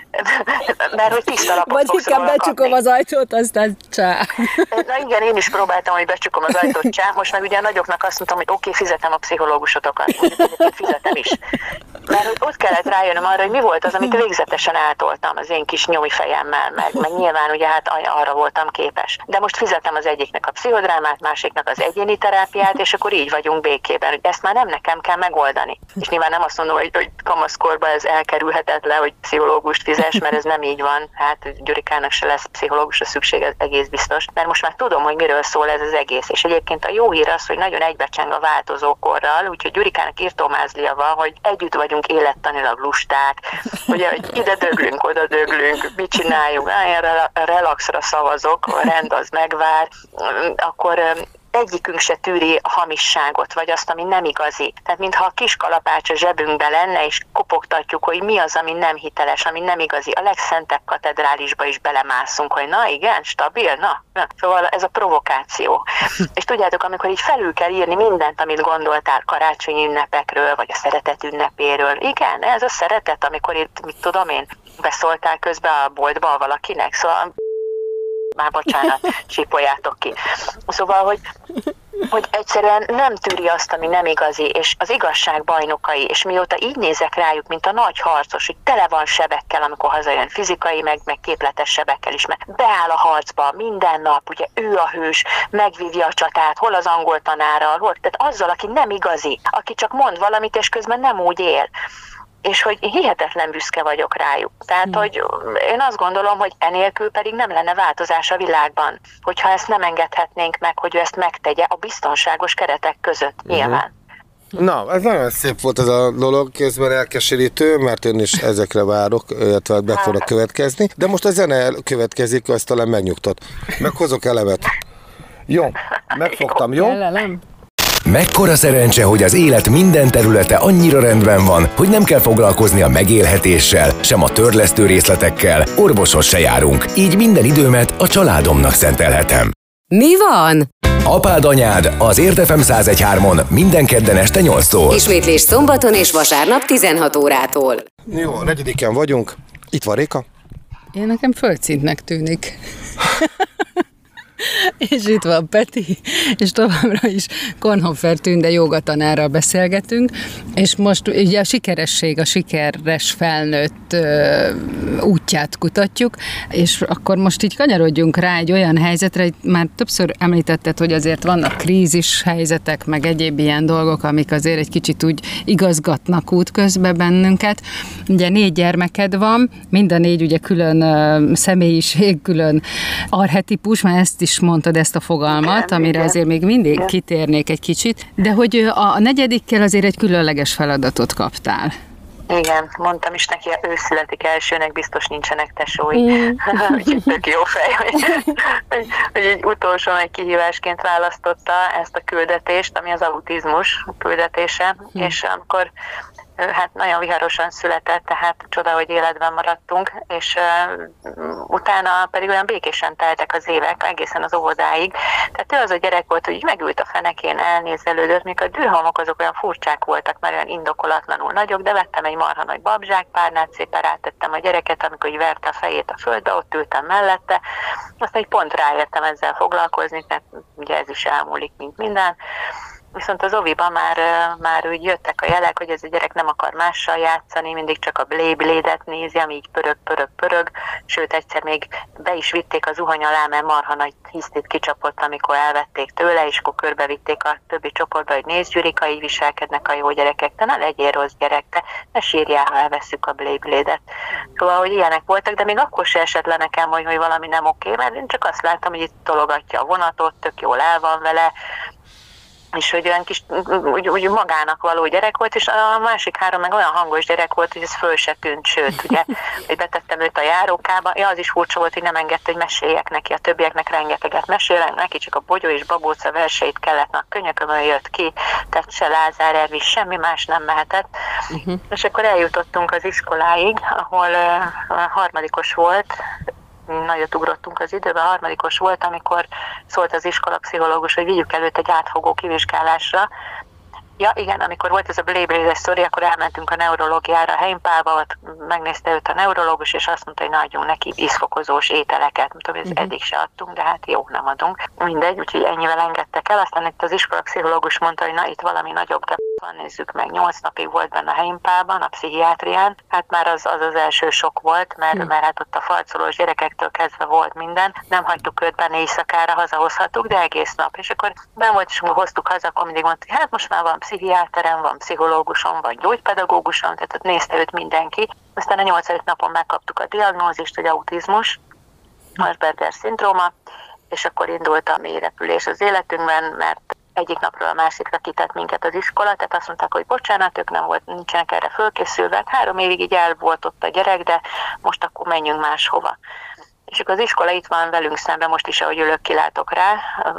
Mert hogy tiszta lapot vagy fogsz inkább becsukom az ajtót, aztán csá. Na igen, én is próbáltam, hogy becsukom az ajtót, csá. Most meg ugye a nagyoknak azt mondtam, hogy oké, okay, fizetem a pszichológusotokat. Mondjuk, fizetem is. Mert hogy ott kellett rájönnöm arra, hogy mi volt az, amit végzetesen átoltam az én kis nyomi fejemmel, meg, meg nyilván ugye hát arra voltam képes. De most fizetem az egyiknek a pszichodrámát, másiknak az egyéni terápiát, és akkor így vagyunk békében, hogy ezt már nem nekem kell megoldani. És nyilván nem azt mondom, hogy, hogy kamaszkorban ez elkerülhetetlen, hogy pszichológust fizes, mert ez nem így van. Hát Gyurikának se lesz pszichológusra szükség, ez egész biztos. Mert most már tudom, hogy miről szól ez az egész. És egyébként a jó hír az, hogy nagyon egybecseng a változókorral, úgyhogy Gyurikának írtómázlia van, hogy együtt vagyunk élettanilag lusták, ugye, hogy ide döglünk, oda döglünk, mit csináljunk, én relaxra szavazok, a rend az megvár, akkor egyikünk se tűri a hamisságot, vagy azt, ami nem igazi. Tehát mintha a kis kalapács a zsebünkbe lenne, és kopogtatjuk, hogy mi az, ami nem hiteles, ami nem igazi. A legszentebb katedrálisba is belemászunk, hogy na igen, stabil, na. na. Szóval ez a provokáció. És tudjátok, amikor így felül kell írni mindent, amit gondoltál karácsonyi ünnepekről, vagy a szeretet ünnepéről. Igen, ez a szeretet, amikor itt, mit tudom én, beszóltál közben a boltba valakinek, szóval már bocsánat, csípoljátok ki. Szóval, hogy, hogy egyszerűen nem tűri azt, ami nem igazi, és az igazság bajnokai, és mióta így nézek rájuk, mint a nagy harcos, hogy tele van sebekkel, amikor hazajön fizikai, meg, meg képletes sebekkel is, mert beáll a harcba minden nap, ugye ő a hős, megvívja a csatát, hol az angol tanárral, hol, tehát azzal, aki nem igazi, aki csak mond valamit, és közben nem úgy él. És hogy hihetetlen büszke vagyok rájuk. Tehát, hmm. hogy én azt gondolom, hogy enélkül pedig nem lenne változás a világban, hogyha ezt nem engedhetnénk meg, hogy ő ezt megtegye a biztonságos keretek között, hmm. nyilván. Na, ez nagyon szép volt ez a dolog, közben elkeserítő, mert én is ezekre várok, illetve be fognak következni, de most a zene következik, azt talán megnyugtat. Meghozok elemet. Jó, megfogtam, jó? Elelem. Mekkora szerencse, hogy az élet minden területe annyira rendben van, hogy nem kell foglalkozni a megélhetéssel, sem a törlesztő részletekkel, orvoshoz se járunk, így minden időmet a családomnak szentelhetem. Mi van? Apád anyád az Érd ef em száz egy hármon minden kedden este nyolctól. Ismétlés szombaton és vasárnap tizenhat órától. Jó, negyediken vagyunk. Itt van Réka. Én nekem földszintnek tűnik. És itt van Peti, és továbbra is Kornhofer Tünde jogatanárral beszélgetünk, és most ugye a sikeresség, a sikeres felnőtt ö, útját kutatjuk, és akkor most így kanyarodjunk rá egy olyan helyzetre, hogy már többször említetted, hogy azért vannak krízis helyzetek, meg egyéb ilyen dolgok, amik azért egy kicsit úgy igazgatnak útközben bennünket. Ugye négy gyermeked van, mind a négy ugye külön ö, személyiség, külön archetipus, már ezt is mondtad, ezt a fogalmat, igen, amire igen. azért még mindig igen. kitérnék egy kicsit, de hogy a negyedik azért egy különleges feladatot kaptál. Igen, mondtam is neki, ő születik elsőnek, biztos nincsenek tesói. Mm. Úgyhogy tök jó fej, hogy, hogy, hogy egy utolsó egy kihívásként választotta ezt a küldetést, ami az autizmus küldetése, mm. és amikor hát nagyon viharosan született, tehát csoda, hogy életben maradtunk, és uh, utána pedig olyan békésen teltek az évek, egészen az óvodáig. Tehát ő az a gyerek volt, hogy megült a fenekén, elnézelődött, míg a dűhalmok azok olyan furcsák voltak, mert olyan indokolatlanul nagyok, de vettem egy marha nagy babzsákpárnát, szépen rátettem a gyereket, amikor így verte a fejét a földbe, ott ültem mellette, aztán egy pont ráértem ezzel foglalkozni, mert ugye ez is elmúlik, mint minden. Viszont az oviban már, már úgy jöttek a jelek, hogy ez a gyerek nem akar mással játszani, mindig csak a Beyblade-et nézi, ami így pörög, pörög, pörög, sőt egyszer még be is vitték az zuhany alá, mert marha nagy hisztit kicsapott, amikor elvették tőle, és akkor körbevitték a többi csoportba, hogy nézd, Gyurika, így viselkednek a jó gyerekek, te ne legyél rossz gyerek, te ne sírjál, ha elveszük a Beyblade-et. Szóval, hogy ilyenek voltak, de még akkor se esett le nekem, hogy, hogy valami nem oké, mert én csak azt láttam, hogy itt tologatja a vonatot, tök jól el van vele, és hogy olyan kis, úgy, úgy magának való gyerek volt, és a másik három meg olyan hangos gyerek volt, hogy ez föl se tűnt, sőt, ugye, hogy betettem őt a járókába, ja, az is furcsa volt, hogy nem engedte, hogy meséljek neki, a többieknek rengeteget mesélek, neki csak a Bogyó és Babóca verseit kellett, a könyökömön jött ki, tehát se Lázár Ervis, semmi más nem mehetett, uh-huh. És akkor eljutottunk az iskoláig, ahol uh, harmadikos volt, nagyot ugrottunk az időben, harmadikos volt, amikor szólt az iskolapszichológus, hogy vigyük előtt egy átfogó kivizsgálásra. Ja, igen, amikor volt ez a Beyblade-es sztori, akkor elmentünk a neurológiára a Heimpálba, ott megnézte őt a neurológus, és azt mondta, hogy ne adjunk neki ízfokozós ételeket. Nem tudom, hogy ezt eddig se adtunk, de hát jó, nem adunk. Mindegy, úgyhogy ennyivel engedtek el. Aztán itt az iskolapszichológus mondta, hogy na, itt valami nagyobb, de van, nézzük meg. Nyolc napig volt benne a Heimpálban, a pszichiátrián. Hát már az az, az első sok volt, mert, mert hát ott a farcolós gyerekektől kezdve volt minden. Nem hagytuk őt benne éjszakára, hazahozhattuk, de egész nap. És akkor benn volt, és hoztuk haza, akkor mindig mondta, hogy hát most már van pszichiáterem, van pszichológusom, van gyógypedagógusom, tehát ott nézte őt mindenki. Aztán a nyolcadik napon megkaptuk a diagnózist, hogy autizmus, Asperger-szindróma, és akkor indult a mély repülés az életünkben, mert egyik napról a másikra kitett minket az iskola, tehát azt mondták, hogy bocsánat, ők nem volt, nincsenek erre fölkészülve. Hát három évig így el volt ott a gyerek, de most akkor menjünk máshova. És akkor az iskola itt van velünk szemben, most is, ahogy ülök, kilátok rá,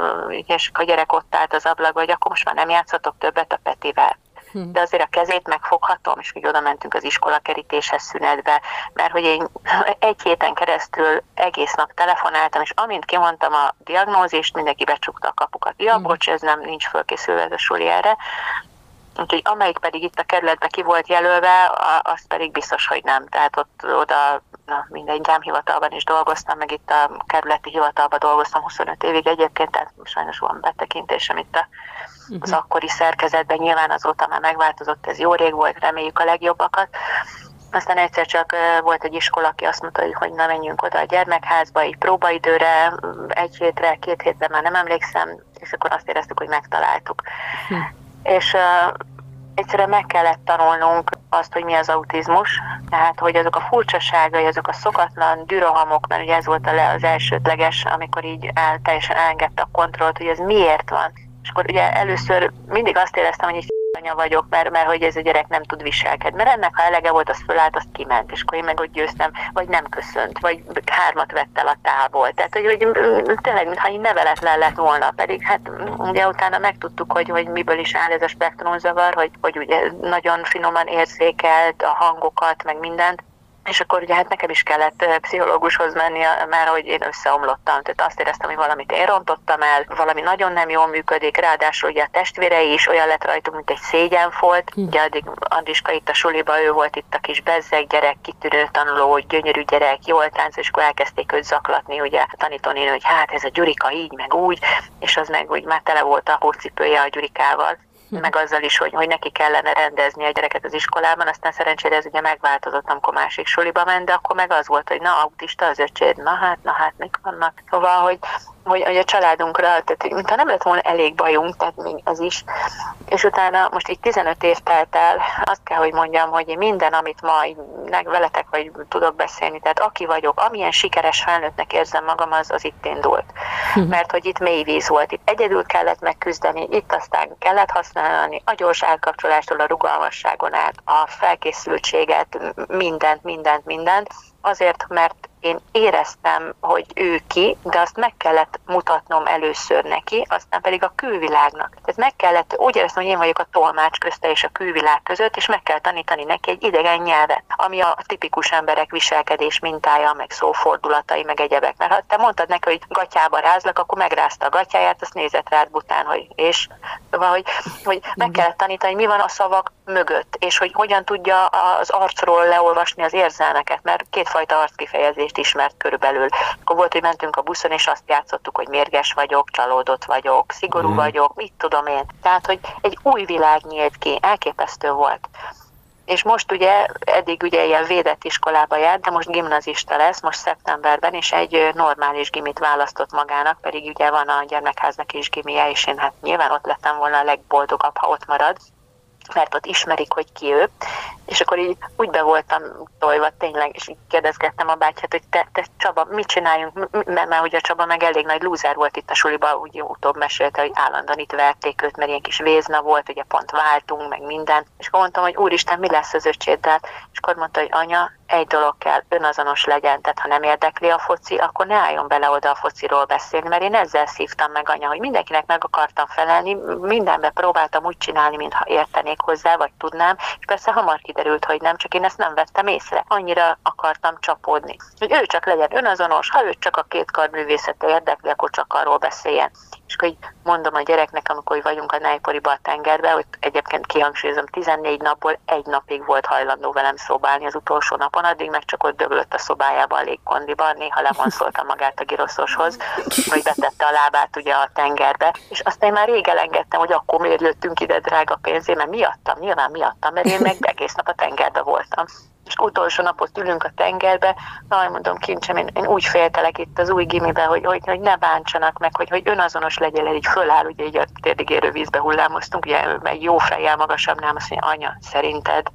és a gyerek ott állt az ablakba, hogy akkor most már nem játszatok többet a Petivel. De azért a kezét megfoghatom, és úgy oda mentünk az iskola kerítéshez szünetbe, mert hogy én egy héten keresztül egész nap telefonáltam, és amint kimondtam a diagnózist, mindenki becsukta a kapukat. Ja, bocs, ez nem, nincs fölkészülve ez a suli erre. Úgyhogy amelyik pedig itt a kerületbe ki volt jelölve, az pedig biztos, hogy nem. Tehát ott oda, na mindegy, gyámhivatalban is dolgoztam, meg itt a kerületi hivatalban dolgoztam huszonöt évig egyébként, tehát sajnos van betekintésem itt a, az akkori szerkezetben. Nyilván azóta már megváltozott, ez jó rég volt, reméljük a legjobbakat. Aztán egyszer csak volt egy iskola, aki azt mondta, hogy na menjünk oda a gyermekházba, így próbaidőre, egy hétre, két hétre, már nem emlékszem, és akkor azt éreztük, hogy megtaláltuk. Hm. És uh, egyszerűen meg kellett tanulnunk azt, hogy mi az autizmus, tehát hogy azok a furcsaságai, azok a szokatlan dürohamok, mert ugye ez volt az elsődleges, amikor így el, teljesen elengedte a kontrollt, hogy ez miért van. És akkor ugye először mindig azt éreztem, hogy egy anya vagyok, mert, mert hogy ez a gyerek nem tud viselkedni. Mert ennek, ha elege volt, az fölállt, azt kiment, és akkor én meg ott győztem, vagy nem köszönt, vagy hármat vett el a távol. Tehát, hogy, hogy tényleg, mintha így neveletlen lett volna, pedig hát ugye utána megtudtuk, hogy, hogy miből is áll ez a spektrumzavar, hogy, hogy ugye nagyon finoman érzékelt a hangokat, meg mindent. És akkor ugye hát nekem is kellett pszichológushoz menni, mert hogy én összeomlottam. Tehát azt éreztem, hogy valamit én rontottam el, valami nagyon nem jól működik, ráadásul ugye a testvérei is olyan lett rajtuk, mint egy szégyenfolt. Hm. Ugye addig Andriska itt a suliba, ő volt itt a kis bezzeg gyerek, kitűnő tanuló, gyönyörű gyerek, jól táncol, és akkor elkezdték őt zaklatni, ugye tanítónéni, hogy hát ez a Gyurika így, meg úgy, és az meg úgy már tele volt a hócipője a Gyurikával. Meg azzal is, hogy, hogy neki kellene rendezni a gyereket az iskolában, aztán szerencsére ez ugye megváltozott, amikor másik suliba ment, de akkor meg az volt, hogy na, autista az öcséd, na hát, na hát, mik vannak. Szóval, hogy, hogy, hogy a családunkra, tehát mintha nem lett volna elég bajunk, tehát még ez is. És utána most így tizenöt év telt el, azt kell, hogy mondjam, hogy én minden, amit ma veletek vagy tudok beszélni, tehát aki vagyok, amilyen sikeres felnőttnek érzem magam, az, az itt indult. Hm. Mert hogy itt mély víz volt, itt egyedül kellett megküzdeni, itt aztán kellett használni a gyors átkapcsolástól a rugalmasságon át, a felkészültséget, mindent, mindent, mindent, azért, mert én éreztem, hogy ő ki, de azt meg kellett mutatnom először neki, aztán pedig a külvilágnak. Tehát meg kellett, úgy éreztem, hogy én vagyok a tolmács közte és a külvilág között, és meg kell tanítani neki egy idegen nyelvet, ami a tipikus emberek viselkedés mintája, meg szófordulatai, meg egyebek. Mert ha te mondtad neki, hogy gatyába rázlak, akkor megrázta a gatyáját, azt nézett rád bután, hogy és hogy, hogy meg kellett tanítani, hogy mi van a szavak mögött, és hogy hogyan tudja az arcról leolvasni az érzelmeket, mert kétfajta arckifejezést ismert körülbelül. Akkor volt, hogy mentünk a buszon, és azt játszottuk, hogy mérges vagyok, csalódott vagyok, szigorú mm. vagyok, mit tudom én. Tehát, hogy egy új világ nyílt ki, elképesztő volt. És most ugye, eddig ugye ilyen védett iskolába járt, de most gimnazista lesz, most szeptemberben, és egy normális gimit választott magának, pedig ugye van a gyermekháznak is gimije, és én hát nyilván ott lettem volna a legboldogabb, ha ott marad, mert ott ismerik, hogy ki ő, és akkor így úgy be voltam tojva tényleg, és így kérdezgettem a bátyát, hogy te, te Csaba, mit csináljunk, mert már ugye a Csaba meg elég nagy lúzer volt itt a suliban, úgy utóbb mesélte, hogy állandóan itt verték őt, mert ilyen kis vézna volt, ugye pont váltunk, meg minden, és akkor mondtam, hogy úristen, mi lesz az öcséddel, és akkor mondta, hogy anya, egy dolog kell, önazonos legyen, tehát ha nem érdekli a foci, akkor ne álljon bele oda a fociról beszélni, mert én ezzel szívtam meg, anya, hogy mindenkinek meg akartam felelni, mindenben próbáltam úgy csinálni, mintha értenék hozzá, vagy tudnám, és persze hamar kiderült, hogy nem, csak én ezt nem vettem észre. Annyira akartam csapódni. Hogy ő csak legyen önazonos, ha ő csak a kétkarművészete érdekli, akkor csak arról beszéljen. És akkor így mondom a gyereknek, amikor vagyunk a Nájporiba a tengerbe, hogy egyébként kihangsúlyozom, tizennégy napból egy napig volt hajlandó velem szobálni az utolsó napon, addig meg csak ott döglött a szobájába a légkondiban, néha levonszolta magát a giroszoshoz, hogy betette a lábát ugye a tengerbe, és aztán én már rég elengedtem, hogy akkor miért jöttünk ide drága pénzért, mert miattam, nyilván miattam, mert én meg egész nap a tengerbe voltam. És utolsó napot ülünk a tengerbe, na, mondom, kincsem, én, én úgy féltelek itt az új gimibe, hogy, hogy, hogy ne bántsanak meg, hogy, hogy önazonos legyél, így föláll, ugye így a térdig érő vízbe hullámoztunk, ugye meg jó fejjel magasabbnál, azt mondja, anya, szerinted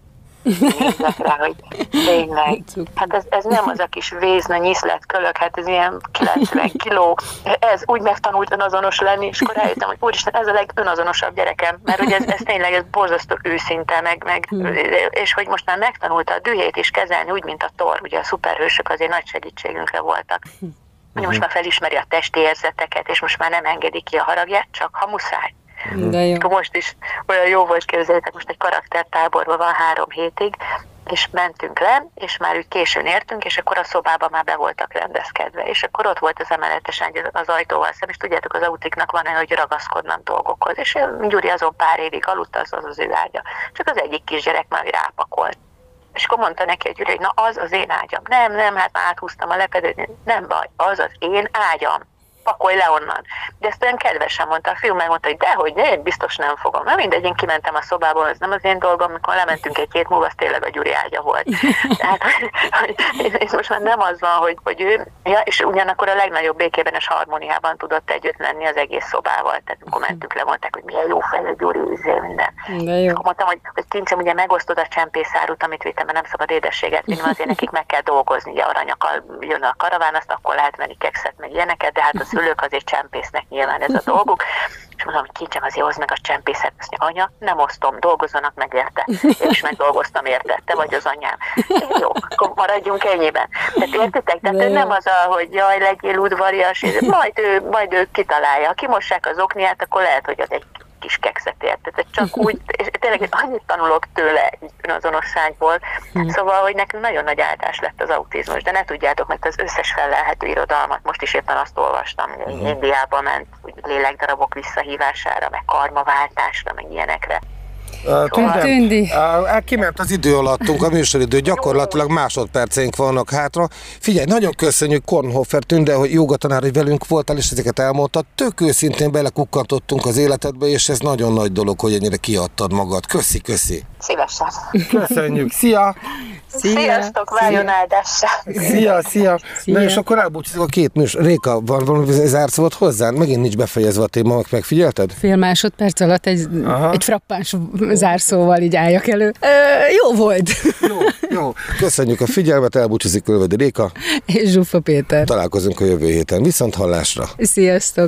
nézek rá, hogy tényleg. Hát ez, ez nem az a kis vézna, nyiszlet, kölök, hát ez ilyen kilencven kiló. Ez úgy megtanult önazonos lenni, és akkor rájöttem, hogy úristen, ez a legönazonosabb gyerekem, mert hogy ez, ez tényleg ez borzasztó őszinte, meg, meg és hogy most már megtanulta a dühét is kezelni, úgy, mint a Thor, ugye a szuperhősök azért nagy segítségünkre voltak. Hogy most már felismeri a testi érzeteket, és most már nem engedi ki a haragját, csak ha muszáj. De jó. Most is olyan jó volt, képzeljétek, most egy karaktertáborban van három hétig, és mentünk le, és már úgy későn értünk, és akkor a szobában már be voltak rendezkedve, és akkor ott volt az emeletes ágy az ajtóval szem, és tudjátok, az autiknak van olyan, hogy ragaszkodnak dolgokhoz, és Gyuri azon pár évig aludt, az az, az ő ágya. Csak az egyik kisgyerek már rápakolt. És akkor mondta neki a Gyuri, hogy na az az én ágyam. Nem, nem, hát már áthúztam a lepedőt, nem baj, az az én ágyam. Pakolj le onnan. De ezt olyan kedvesen mondta, a fiú megmondta, hogy dehogy, ne, én biztos nem fogom. Na mindegy, én kimentem a szobából, ez nem az én dolgom, amikor lementünk egy hét múlva, az tényleg a Gyuri ágya volt. Tehát, hogy, hogy most már nem az van, hogy, hogy ő, ja, és ugyanakkor a legnagyobb békében és harmóniában tudott együtt lenni az egész szobával. Tehát amikor mentünk le, mondták, hogy milyen jó fej a Gyuri, izé, minden. De jó. Akkor mondtam, hogy, hogy kincsem, ugye megosztod a csempészárút, amit vittem, mert nem szabad édességet vinni, azért nekik meg kell dolgozni, ugye aranyakkal jön a karaván, azt akkor lehet venni kekszet, meg ilyeneket, de hát a szülők azért csempésznek nyilván ez a dolguk. És mondom, hogy kincsem, azért hozd meg a csempészet. Azt mondja, anya, nem osztom, dolgozzanak meg érte. Én is megdolgoztam érte, te vagy az anyám. Jó, akkor maradjunk ennyiben. Tehát értitek? Tehát ő nem az a, hogy jaj, legyél udvarias, majd ő, majd ő kitalálja. Ha kimossák az okniát, akkor lehet, hogy az egy kis kekszet ért. Tehát csak úgy, és tényleg annyit tanulok tőle önazonosságból. Hmm. Szóval, hogy nekünk nagyon nagy áldás lett az autizmus, de ne tudjátok, mert az összes fellelhető irodalmat, most is éppen azt olvastam, hogy hmm. Indiába ment, úgy lélekdarabok visszahívására, meg karmaváltásra, meg ilyenekre. Uh, Tündi, uh, kiment az idő alattunk, a műsoridő, gyakorlatilag másodperceink vannak hátra. Figyelj, nagyon köszönjük Kornhofer Tünde, hogy jogatanár, hogy velünk voltál, és ezeket elmondtad. Tök őszintén belekukkantottunk az életedbe, és ez nagyon nagy dolog, hogy ennyire kiadtad magad. Köszi, köszi. Szívesen. Köszönjük, szia! Szia. Sziasztok, váljon áldássá! Szia, szia! szia. Na és akkor elbúcsúzunk a két műsor. Réka, van valami zárszót hozzá? Megint nincs befejezve a téma, megfigyelted? Fél másodperc alatt egy, egy frappáns zárszóval így álljak elő. Ö, jó volt! Jó, jó. Köszönjük a figyelmet, elbúcsúzik Ölvedi Réka. És Zsuffa Péter. Találkozunk a jövő héten. Viszont hallásra! Sziasztok!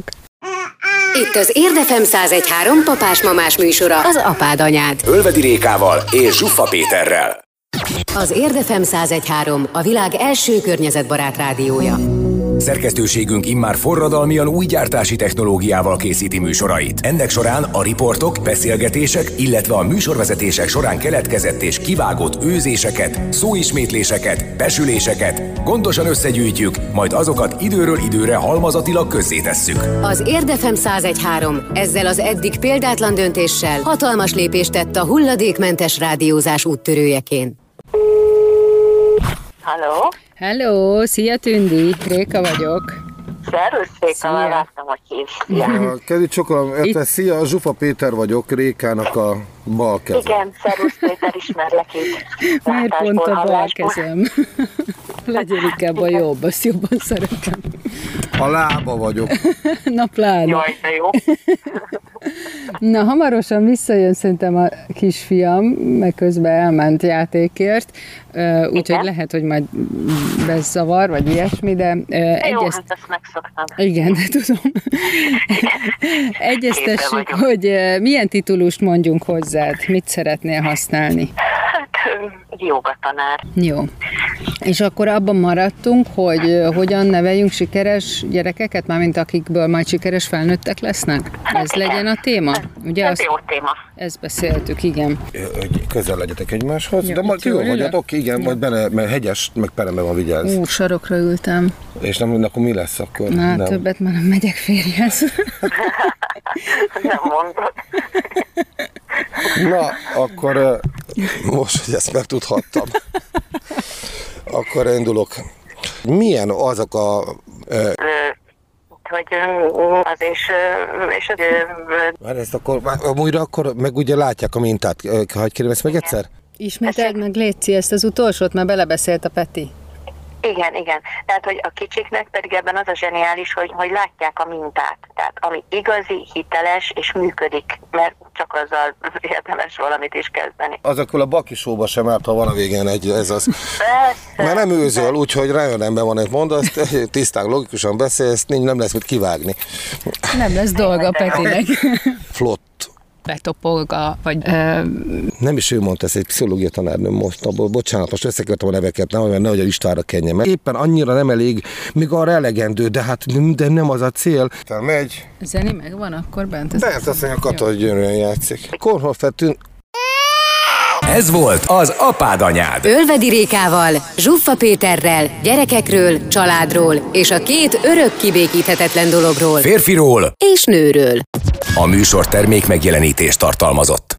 Itt az Érdefem száz egy pont három papás-mamás műsora, az apád anyád. Ölvedi Rékával és Zsuffa Péterrel. Az Érdefem száz egy pont három a világ első környezetbarát rádiója. Szerkesztőségünk immár forradalmian új gyártási technológiával készíti műsorait. Ennek során a riportok, beszélgetések, illetve a műsorvezetések során keletkezett és kivágott őzéseket, szóismétléseket, besüléseket gondosan összegyűjtjük, majd azokat időről időre halmazatilag közzétesszük. Az Érdefem száz egy pont három ezzel az eddig példátlan döntéssel hatalmas lépést tett a hulladékmentes rádiózás úttörőjeként. Halló? Hello, szia Tündi, Réka vagyok. Szervusz, Réka, már láttam, hogy hívsz. Ja, Kedves csokolom, Itt... szia, Zsuffa Péter vagyok, Rékának a bal kezem. Igen, szervusz Péter, ismerlek így. Miért pont a bal kezem? Legyen inkább a jobb, azt jobban szeretem. A lába vagyok. Na pláne. Jaj, de jó. Na, hamarosan visszajön szerintem a kisfiam, meg közben elment játékért, úgyhogy lehet, hogy majd bezavar, vagy ilyesmi, de egyezt... Jó, hát ezt megszoktam. Igen, de tudom. Egyeztessük, hogy milyen titulust mondjunk hozzád, mit szeretnél használni? Hát, jogatanár. Jó. És akkor abban maradtunk, hogy hogyan neveljünk sikeres gyerekeket, mármint akikből majd sikeres felnőttek lesznek? Hát ez igen. legyen a téma? Ugye ez azt, jó téma. ezt beszéltük, igen. Hogy közel legyetek egymáshoz, Jó, de majd jó vagyok, igen, jó. majd benne, mert hegyes, meg perembe van, vigyázz. Ú, sarokra ültem. És nem, akkor mi lesz akkor? Na, nem. többet már nem megyek férjhez. Nem mondod. Na, akkor most, hogy ezt megtudhattam, akkor indulok. Milyen azok a... Ö, hogy az és... és az, már ezt akkor, újra akkor meg ugye látják a mintát. Hagyj kérem ezt meg egyszer? Ismételd meg, Léci, ezt az utolsót, mert belebeszélt a Peti. Igen, igen. Tehát, hogy a kicsiknek pedig ebben az a zseniális, hogy, hogy látják a mintát. Tehát, ami igazi, hiteles és működik. Mert csak azzal érdemes valamit is kezdeni. Azokkal a baki sóba sem árt, ha van a végén egy, ez az. Persze. Mert nem őzöl, úgyhogy rájönnemben van egy mondasz, tisztán, logikusan beszélsz, nem lesz mit kivágni. Nem lesz dolga Petinek. Flott. Betopolga, vagy... Ö... Nem is ő mondta, ez egy pszichológia tanárnő most, abból, bocsánat, most összekötöm a neveket, nem, mert nehogy a listára kenjem. Mert éppen annyira nem elég, még arra elegendő, de hát de nem az a cél. Tehát megy. Zeni megvan akkor bent? Bent azt mondja, Kata, hogy gyönyörűen játszik. Kornhofer tűn... Ez volt az Apád Anyád. Ölvedi Rékával, Zsuffa Péterrel, gyerekekről, családról és a két örök kibékíthetetlen dologról. Férfiról És nőről. A műsor termék megjelenítést tartalmazott.